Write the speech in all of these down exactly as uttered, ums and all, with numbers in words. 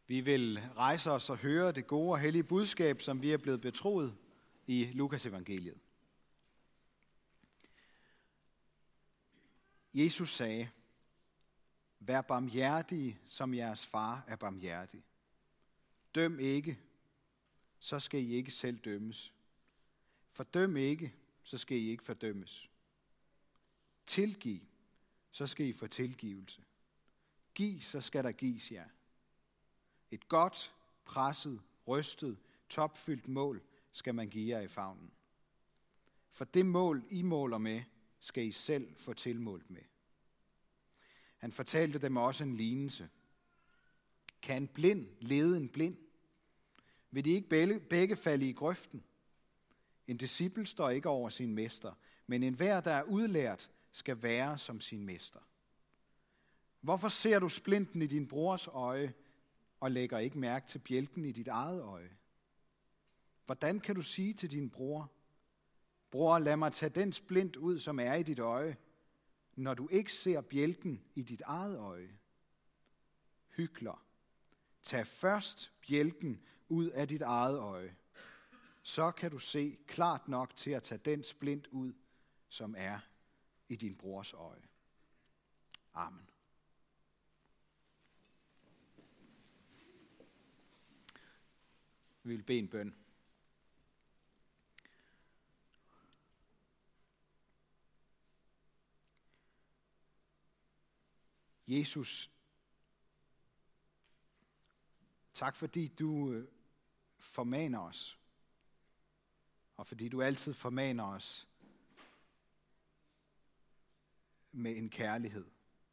Vi vil rejse os og høre det gode og hellige budskab, som vi er blevet betroet i Lukas evangeliet. Jesus sagde, vær barmhjertige, som jeres far er barmhjertig. Døm ikke, så skal I ikke selv dømmes. Fordøm ikke, så skal I ikke fordømmes. Tilgiv, så skal I få tilgivelse. Giv, så skal der gives jer. Et godt, presset, rystet, topfyldt mål skal man give jer i favnen. For det mål, I måler med, skal I selv få tilmålt med. Han fortalte dem også en lignelse. Kan en blind lede en blind? Vil de ikke begge falde i grøften? En disciple står ikke over sin mester, men enhver, der er udlært, skal være som sin mester. Hvorfor ser du splinten i din brors øje, og lægger ikke mærke til bjælken i dit eget øje? Hvordan kan du sige til din bror, bror, lad mig tage den splint ud, som er i dit øje, når du ikke ser bjælken i dit eget øje? Hykler, tag først bjælken ud af dit eget øje. Så kan du se klart nok til at tage den splint ud, som er i din brors øje. Amen. Vi vil bede en bøn. Jesus, tak fordi du formaner os, og fordi du altid formaner os med en kærlighed,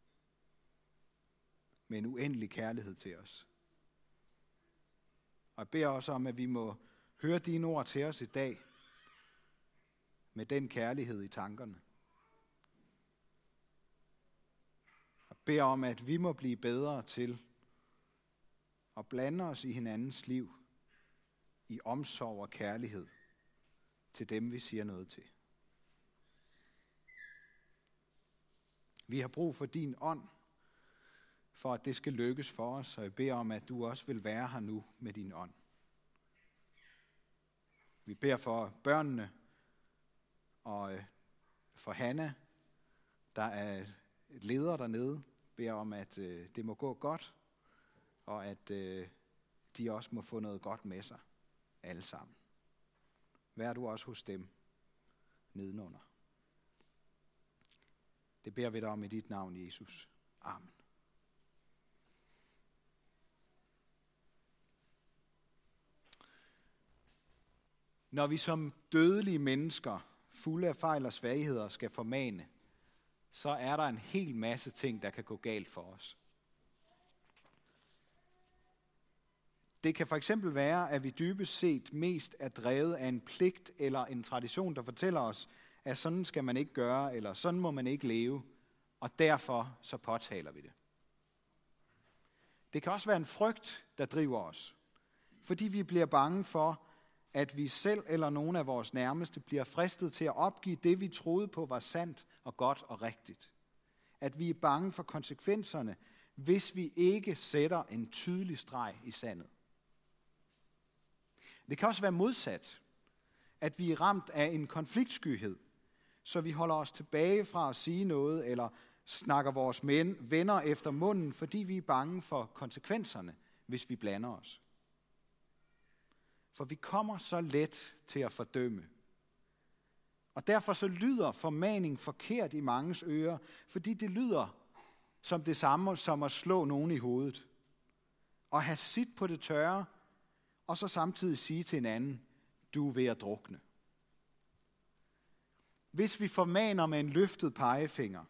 med en uendelig kærlighed til os. Og jeg beder også om, at vi må høre dine ord til os i dag, med den kærlighed i tankerne. Jeg beder om, at vi må blive bedre til at blande os i hinandens liv, i omsorg og kærlighed til dem, vi siger noget til. Vi har brug for din ånd, for at det skal lykkes for os, og jeg beder om, at du også vil være her nu med din ånd. Vi beder for børnene og for Hanna, der er leder dernede, beder om, at det må gå godt, og at de også må få noget godt med sig, alle sammen. Vær du også hos dem nedenunder. Det beder vi dig om i dit navn, Jesus. Amen. Når vi som dødelige mennesker, fulde af fejl og svagheder, skal formane, så er der en hel masse ting, der kan gå galt for os. Det kan for eksempel være, at vi dybest set mest er drevet af en pligt eller en tradition, der fortæller os, at sådan skal man ikke gøre, eller sådan må man ikke leve, og derfor så påtaler vi det. Det kan også være en frygt, der driver os, fordi vi bliver bange for, at vi selv eller nogen af vores nærmeste bliver fristet til at opgive det, vi troede på var sandt og godt og rigtigt. At vi er bange for konsekvenserne, hvis vi ikke sætter en tydelig streg i sandet. Det kan også være modsat, at vi er ramt af en konfliktskyhed, så vi holder os tilbage fra at sige noget, eller snakker vores venner efter munden, fordi vi er bange for konsekvenserne, hvis vi blander os. For vi kommer så let til at fordømme. Og derfor så lyder formaning forkert i manges ører, fordi det lyder som det samme som at slå nogen i hovedet. Og have sit på det tørre, og så samtidig sige til en anden, du er ved at drukne. Hvis vi formaner med en løftet pegefinger,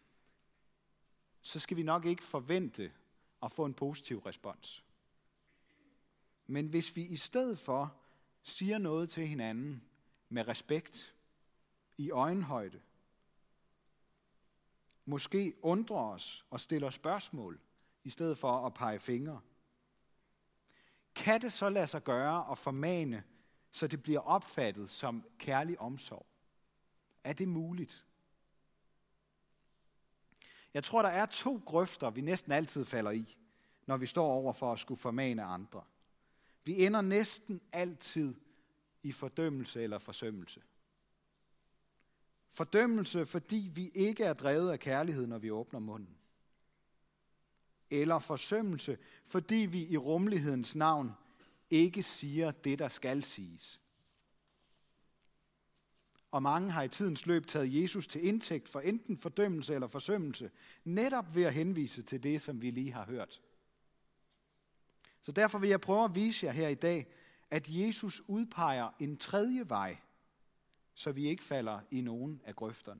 så skal vi nok ikke forvente at få en positiv respons. Men hvis vi i stedet for siger noget til hinanden med respekt, i øjenhøjde, måske undrer os og stiller spørgsmål, i stedet for at pege fingre, kan det så lade sig gøre at formane, så det bliver opfattet som kærlig omsorg? Er det muligt? Jeg tror, der er to grøfter, vi næsten altid falder i, når vi står over for at skulle formane andre. Vi ender næsten altid i fordømmelse eller forsømmelse. Fordømmelse, fordi vi ikke er drevet af kærlighed, når vi åbner munden. Eller forsømmelse, fordi vi i rummelighedens navn ikke siger det, der skal siges. Og mange har i tidens løb taget Jesus til indtægt for enten fordømmelse eller forsømmelse, netop ved at henvise til det, som vi lige har hørt. Så derfor vil jeg prøve at vise jer her i dag, at Jesus udpeger en tredje vej, så vi ikke falder i nogen af grøfterne.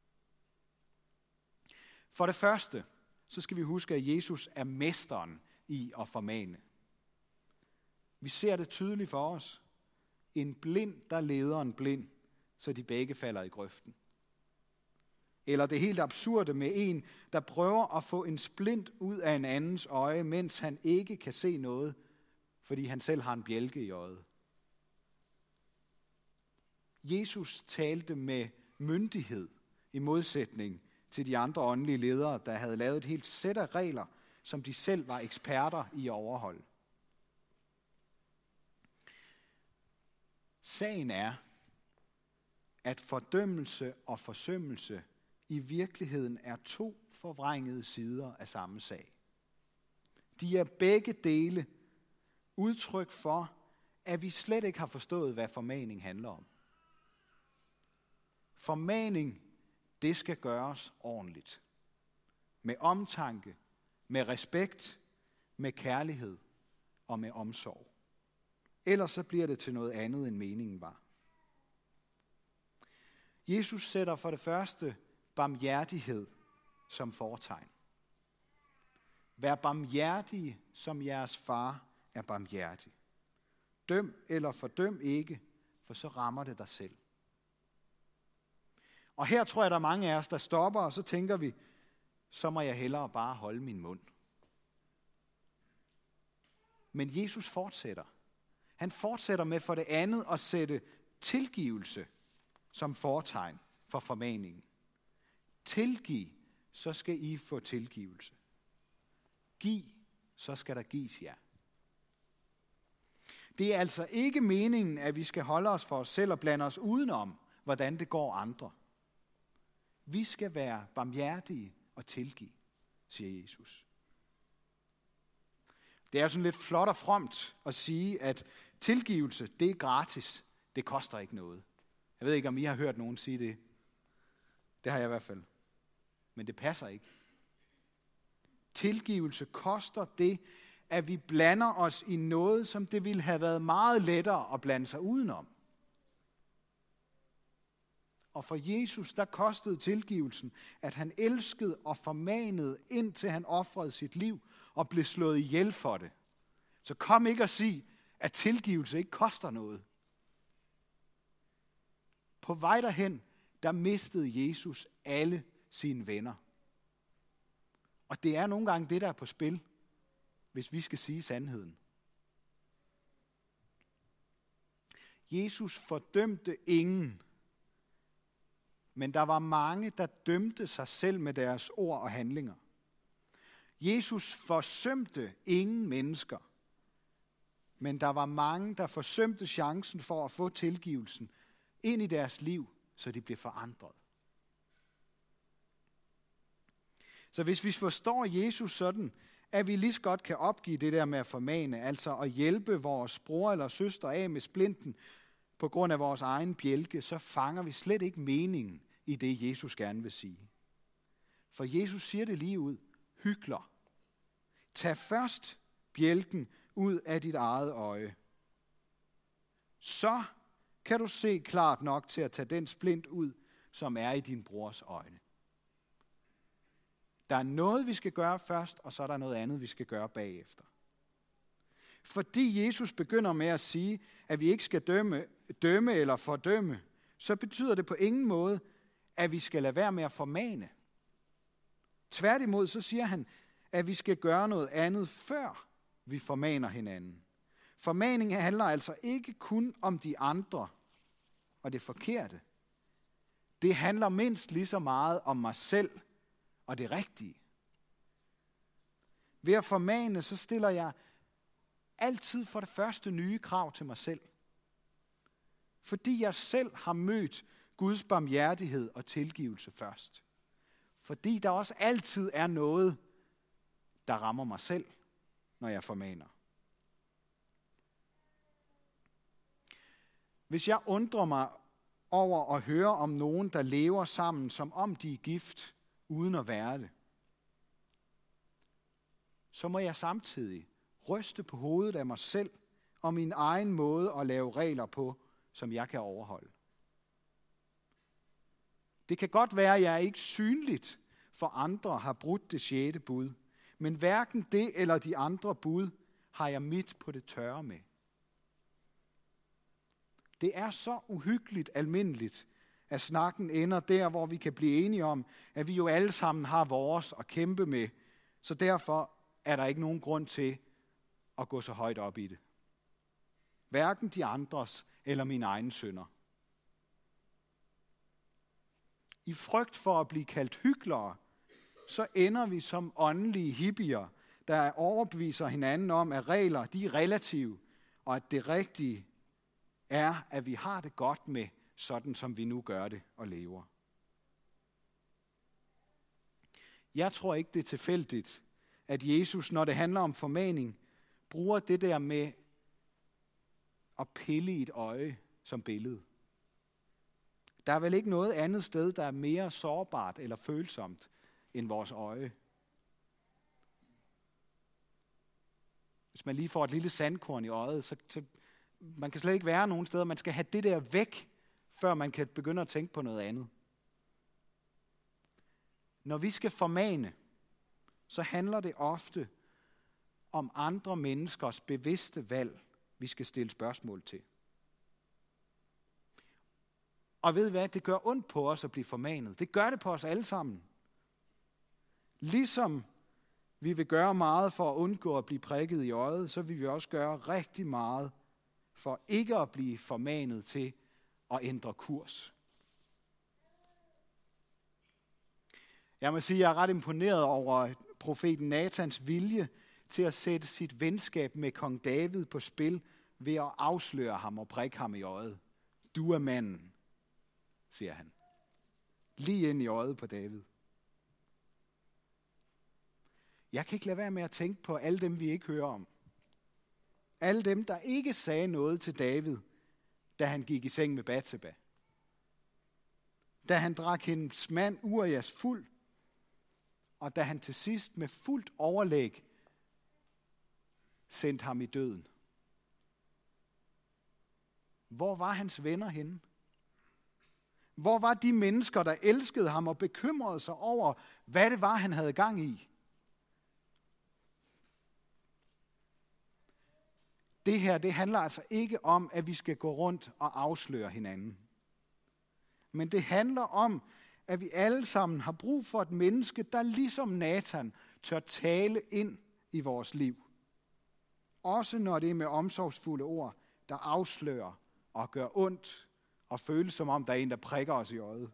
For det første, så skal vi huske, at Jesus er mesteren i at formane. Vi ser det tydeligt for os. En blind, der leder en blind, så de begge falder i grøften. Eller det helt absurde med en, der prøver at få en splint ud af en andens øje, mens han ikke kan se noget, fordi han selv har en bjælke i øjet. Jesus talte med myndighed i modsætning til de andre åndelige ledere, der havde lavet et helt sæt af regler, som de selv var eksperter i at overholde. Sagen er, at fordømmelse og forsømmelse i virkeligheden er to forvrængede sider af samme sag. De er begge dele udtryk for, at vi slet ikke har forstået, hvad formaning handler om. Formaning, det skal gøres ordentligt. Med omtanke, med respekt, med kærlighed og med omsorg. Ellers så bliver det til noget andet, end meningen var. Jesus sætter for det første barmhjertighed som fortegn. Vær barmhjertige, som jeres far er barmhjertig. Døm eller fordøm ikke, for så rammer det dig selv. Og her tror jeg, der er mange af os, der stopper, og så tænker vi, så må jeg hellere bare holde min mund. Men Jesus fortsætter. Han fortsætter med for det andet at sætte tilgivelse som fortegn for formaningen. Tilgiv, så skal I få tilgivelse. Giv, så skal der gives jer. Det er altså ikke meningen, at vi skal holde os for os selv og blande os udenom, hvordan det går andre. Vi skal være barmhjertige og tilgive, siger Jesus. Det er sådan lidt flot og fromt at sige, at tilgivelse, det er gratis. Det koster ikke noget. Jeg ved ikke, om I har hørt nogen sige det. Det har jeg i hvert fald. Men det passer ikke. Tilgivelse koster det, at vi blander os i noget, som det ville have været meget lettere at blande sig udenom. Og for Jesus, der kostede tilgivelsen, at han elskede og formanede, indtil han ofrede sit liv og blev slået ihjel for det. Så kom ikke og sig, at tilgivelse ikke koster noget. På vej derhen, der mistede Jesus alle sine venner. Og det er nogle gange det, der er på spil, hvis vi skal sige sandheden. Jesus fordømte ingen, men der var mange, der dømte sig selv med deres ord og handlinger. Jesus forsømte ingen mennesker, men der var mange, der forsømte chancen for at få tilgivelsen ind i deres liv, så de blev forandret. Så hvis vi forstår Jesus sådan, at vi lige så godt kan opgive det der med at formane, altså at hjælpe vores bror eller søster af med splinten på grund af vores egen bjælke, så fanger vi slet ikke meningen i det, Jesus gerne vil sige. For Jesus siger det lige ud. Hykler. Tag først bjælken ud af dit eget øje. Så kan du se klart nok til at tage den splint ud, som er i din brors øjne. Der er noget, vi skal gøre først, og så er der noget andet, vi skal gøre bagefter. Fordi Jesus begynder med at sige, at vi ikke skal dømme, dømme eller fordømme, så betyder det på ingen måde, at vi skal lade være med at formane. Tværtimod så siger han, at vi skal gøre noget andet, før vi formaner hinanden. Formaning handler altså ikke kun om de andre og det forkerte. Det handler mindst lige så meget om mig selv og det rigtige. Ved at formane, så stiller jeg altid for det første nye krav til mig selv. Fordi jeg selv har mødt Guds barmhjertighed og tilgivelse først. Fordi der også altid er noget, der rammer mig selv, når jeg formaner. Hvis jeg undrer mig over at høre om nogen, der lever sammen, som om de er gift, uden at være det, så må jeg samtidig ryste på hovedet af mig selv og min egen måde at lave regler på, som jeg kan overholde. Det kan godt være, at jeg ikke synligt for andre har brudt det sjette bud, men hverken det eller de andre bud har jeg midt på det tørre med. Det er så uhyggeligt almindeligt, at snakken ender der, hvor vi kan blive enige om, at vi jo alle sammen har vores at kæmpe med, så derfor er der ikke nogen grund til at gå så højt op i det. Hverken de andres eller mine egne synder. I frygt for at blive kaldt hyklere, så ender vi som åndelige hippier, der overbeviser hinanden om, at regler de er relative, og at det rigtige er, at vi har det godt med, sådan som vi nu gør det og lever. Jeg tror ikke, det er tilfældigt, at Jesus, når det handler om formaning, bruger det der med at pille i et øje som billede. Der er vel ikke noget andet sted, der er mere sårbart eller følsomt end vores øje. Hvis man lige får et lille sandkorn i øjet, så, så man kan slet ikke være nogen steder. Man skal have det der væk, før man kan begynde at tænke på noget andet. Når vi skal formane, så handler det ofte om andre menneskers bevidste valg, vi skal stille spørgsmål til. Og ved I hvad? Det gør ondt på os at blive formanet. Det gør det på os alle sammen. Ligesom vi vil gøre meget for at undgå at blive prikket i øjet, så vil vi også gøre rigtig meget for ikke at blive formanet til at ændre kurs. Jeg må sige, at jeg er ret imponeret over profeten Natans vilje til at sætte sit venskab med kong David på spil ved at afsløre ham og prikke ham i øjet. Du er manden, siger han. Lige ind i øjet på David. Jeg kan ikke lade være med at tænke på alle dem, vi ikke hører om. Alle dem, der ikke sagde noget til David, da han gik i seng med Batseba. Da han drak hendes mand Urias fuld, og da han til sidst med fuldt overlæg sendte ham i døden. Hvor var hans venner henne? Hvor var de mennesker, der elskede ham og bekymrede sig over, hvad det var, han havde gang i? Det her, det handler altså ikke om, at vi skal gå rundt og afsløre hinanden. Men det handler om, at vi alle sammen har brug for et menneske, der ligesom Nathan tør tale ind i vores liv. Også når det er med omsorgsfulde ord, der afslører og gør ondt og føles som om, der er en, der prikker os i øjet.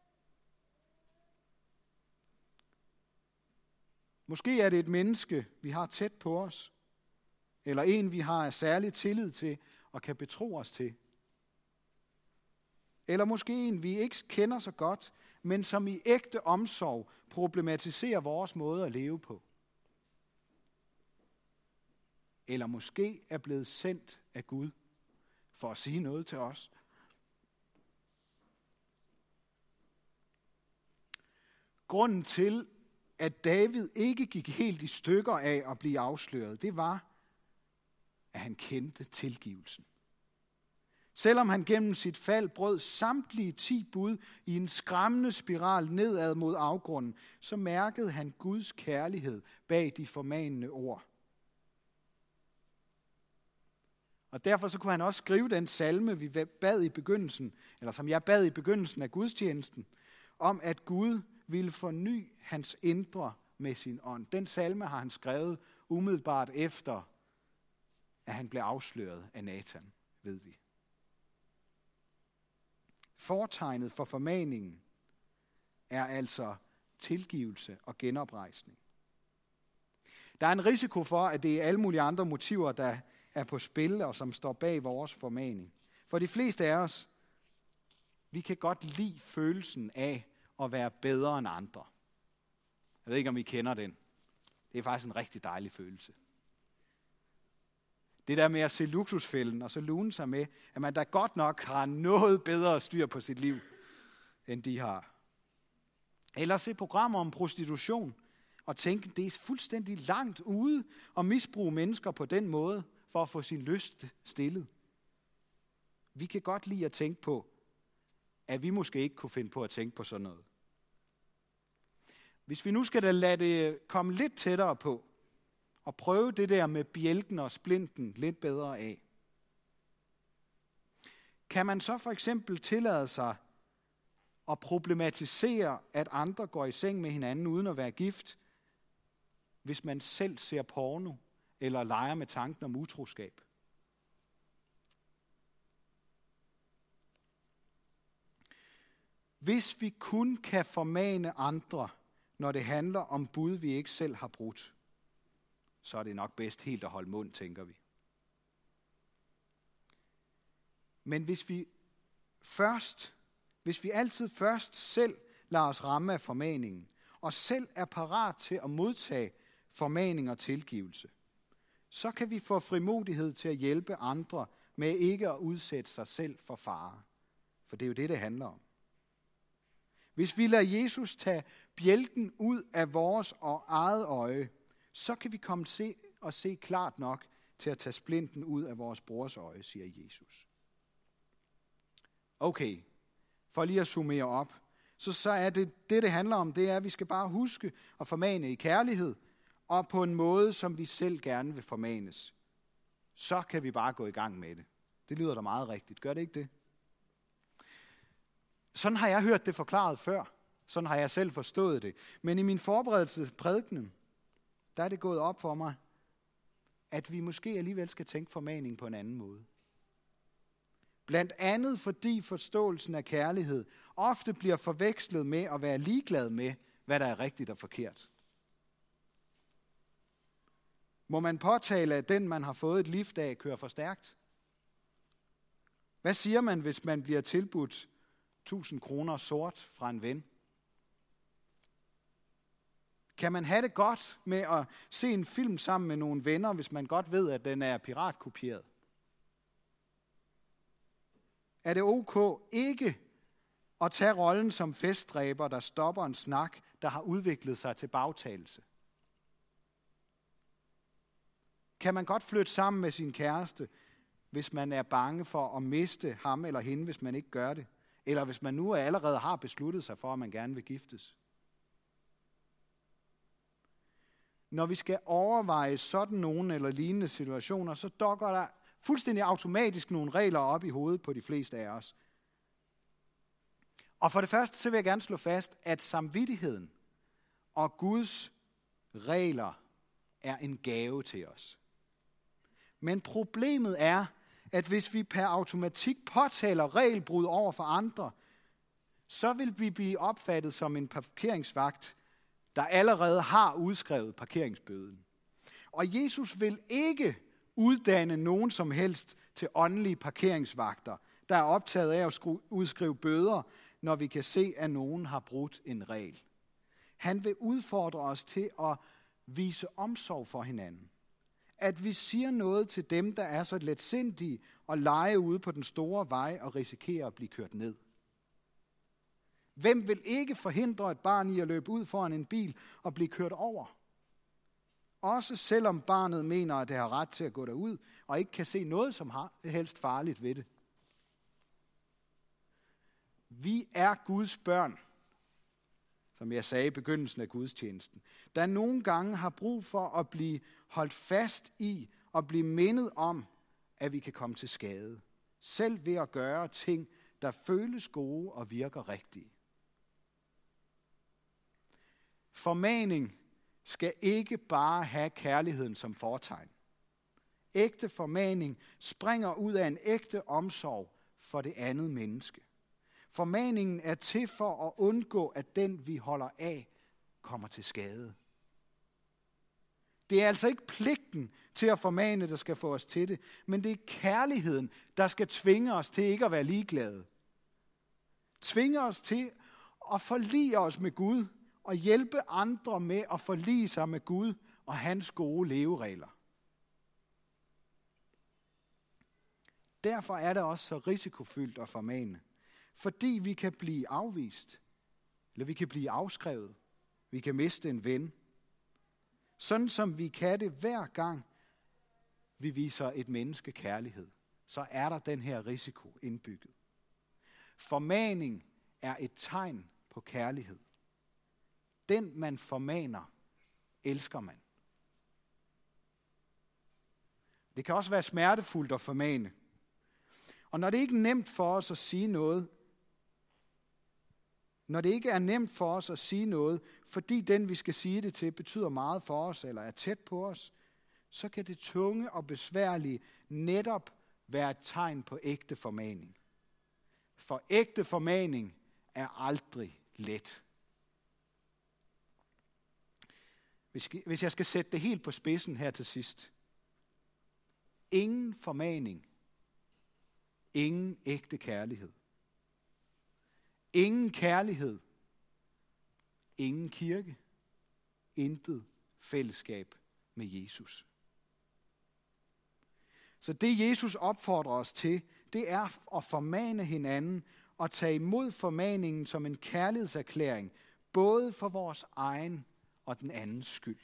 Måske er det et menneske, vi har tæt på os, eller en, vi har særlig tillid til og kan betro os til. Eller måske en, vi ikke kender så godt, men som i ægte omsorg problematiserer vores måde at leve på. Eller måske er blevet sendt af Gud for at sige noget til os. Grunden til, at David ikke gik helt i stykker af at blive afsløret, det var, at han kendte tilgivelsen. Selvom han gennem sit fald brød samtlige ti bud i en skræmmende spiral nedad mod afgrunden, så mærkede han Guds kærlighed bag de formanende ord. Og derfor så kunne han også skrive den salme, vi bad i begyndelsen, eller som jeg bad i begyndelsen af gudstjenesten, om at Gud ville forny hans indre med sin ånd. Den salme har han skrevet umiddelbart efter, at han blev afsløret af Nathan, ved vi. Fortegnet for formaningen er altså tilgivelse og genoprejsning. Der er en risiko for, at det er alle mulige andre motiver, der er på spil, og som står bag vores formaning. For de fleste af os, vi kan godt lide følelsen af at være bedre end andre. Jeg ved ikke, om I kender den. Det er faktisk en rigtig dejlig følelse. Det der med at se Luksusfælden, og så lune sig med, at man da godt nok har noget bedre styr på sit liv, end de har. Eller se programmer om prostitution, og tænke, det er fuldstændig langt ude at misbruge mennesker på den måde, for at få sin lyst stillet. Vi kan godt lide at tænke på, at vi måske ikke kunne finde på at tænke på sådan noget. Hvis vi nu skal da lade det komme lidt tættere på, og prøve det der med bjælken og splinten lidt bedre af, kan man så for eksempel tillade sig at problematisere, at andre går i seng med hinanden uden at være gift, hvis man selv ser porno eller leger med tanken om utroskab? Hvis vi kun kan formane andre, når det handler om bud, vi ikke selv har brudt, så er det nok bedst helt at holde mund, tænker vi. Men hvis vi først, hvis vi altid først selv lader os ramme af formaningen, og selv er parat til at modtage formaning og tilgivelse, så kan vi få frimodighed til at hjælpe andre med ikke at udsætte sig selv for fare. For det er jo det, det handler om. Hvis vi lader Jesus tage bjælken ud af vores og eget øje, så kan vi komme se og se klart nok til at tage splinten ud af vores brors øje, siger Jesus. Okay, for lige at summere op, så, så er det, det, det handler om, det er, at vi skal bare huske at formane i kærlighed, og på en måde, som vi selv gerne vil formanes. Så kan vi bare gå i gang med det. Det lyder da meget rigtigt. Gør det ikke det? Sådan har jeg hørt det forklaret før. Sådan har jeg selv forstået det. Men i min forberedelse prædikenen, der er det gået op for mig, at vi måske alligevel skal tænke formaning på en anden måde. Blandt andet fordi forståelsen af kærlighed ofte bliver forvekslet med at være ligeglad med, hvad der er rigtigt og forkert. Må man påtale, at den, man har fået et lift af, kører for stærkt? Hvad siger man, hvis man bliver tilbudt tusind kroner sort fra en ven? Kan man have det godt med at se en film sammen med nogle venner, hvis man godt ved, at den er piratkopieret? Er det ok ikke at tage rollen som festdræber, der stopper en snak, der har udviklet sig til bagtagelse? Kan man godt flytte sammen med sin kæreste, hvis man er bange for at miste ham eller hende, hvis man ikke gør det? Eller hvis man nu allerede har besluttet sig for, at man gerne vil giftes? Når vi skal overveje sådan nogle eller lignende situationer, så dukker der fuldstændig automatisk nogle regler op i hovedet på de fleste af os. Og for det første, så vil jeg gerne slå fast, at samvittigheden og Guds regler er en gave til os. Men problemet er, at hvis vi per automatik påtaler regelbrud over for andre, så vil vi blive opfattet som en parkeringsvagt, der allerede har udskrevet parkeringsbøden. Og Jesus vil ikke uddanne nogen som helst til åndelige parkeringsvagter, der er optaget af at udskrive bøder, når vi kan se, at nogen har brudt en regel. Han vil udfordre os til at vise omsorg for hinanden. At vi siger noget til dem, der er så letsindige og lege ude på den store vej og risikerer at blive kørt ned. Hvem vil ikke forhindre et barn i at løbe ud foran en bil og blive kørt over? Også selvom barnet mener, at det har ret til at gå derud, og ikke kan se noget som har helst farligt ved det. Vi er Guds børn, som jeg sagde i begyndelsen af gudstjenesten, der nogle gange har brug for at blive holdt fast i og blive mindet om, at vi kan komme til skade. Selv ved at gøre ting, der føles gode og virker rigtige. Formaning skal ikke bare have kærligheden som fortegn. Ægte formaning springer ud af en ægte omsorg for det andet menneske. Formaningen er til for at undgå, at den, vi holder af, kommer til skade. Det er altså ikke pligten til at formane, der skal få os til det, men det er kærligheden, der skal tvinge os til ikke at være ligeglade. Tvinge os til at forlige os med Gud og hjælpe andre med at forlige sig med Gud og hans gode leveregler. Derfor er det også så risikofyldt at formane, fordi vi kan blive afvist, eller vi kan blive afskrevet, vi kan miste en ven, sådan som vi kan det hver gang, vi viser et menneske kærlighed, så er der den her risiko indbygget. Formaning er et tegn på kærlighed. Den, man formaner, elsker man. Det kan også være smertefuldt at formane. Og når det ikke er nemt for os at sige noget, når det ikke er nemt for os at sige noget, fordi den, vi skal sige det til, betyder meget for os eller er tæt på os, så kan det tunge og besværlige netop være et tegn på ægte formaning. For ægte formaning er aldrig let. Hvis jeg skal sætte det helt på spidsen her til sidst. Ingen formaning. Ingen ægte kærlighed. Ingen kærlighed. Ingen kirke. Intet fællesskab med Jesus. Så det Jesus opfordrer os til, det er at formane hinanden og tage imod formaningen som en kærlighedserklæring, både for vores egen og den andens skyld.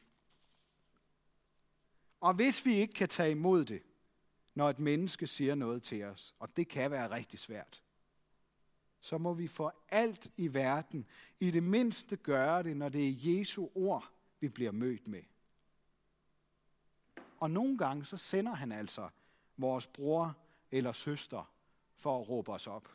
Og hvis vi ikke kan tage imod det, når et menneske siger noget til os, og det kan være rigtig svært, så må vi for alt i verden i det mindste gøre det, når det er Jesu ord, vi bliver mødt med. Og nogle gange så sender han altså vores bror eller søster for at råbe os op.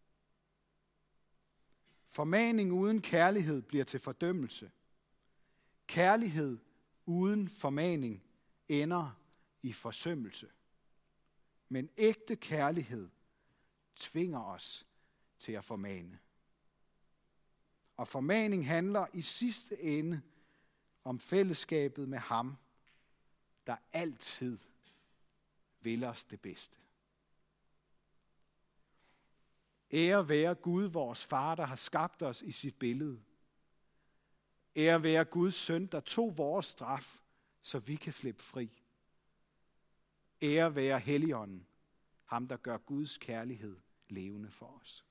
Formaning uden kærlighed bliver til fordømmelse. Kærlighed uden formaning ender i forsømmelse. Men ægte kærlighed tvinger os til at formane. Og formaning handler i sidste ende om fællesskabet med ham, der altid vil os det bedste. Ære være Gud, vores far, der har skabt os i sit billede. Ære være Guds søn, der tog vores straf, så vi kan slippe fri. Ære være Helligånden, ham der gør Guds kærlighed levende for os.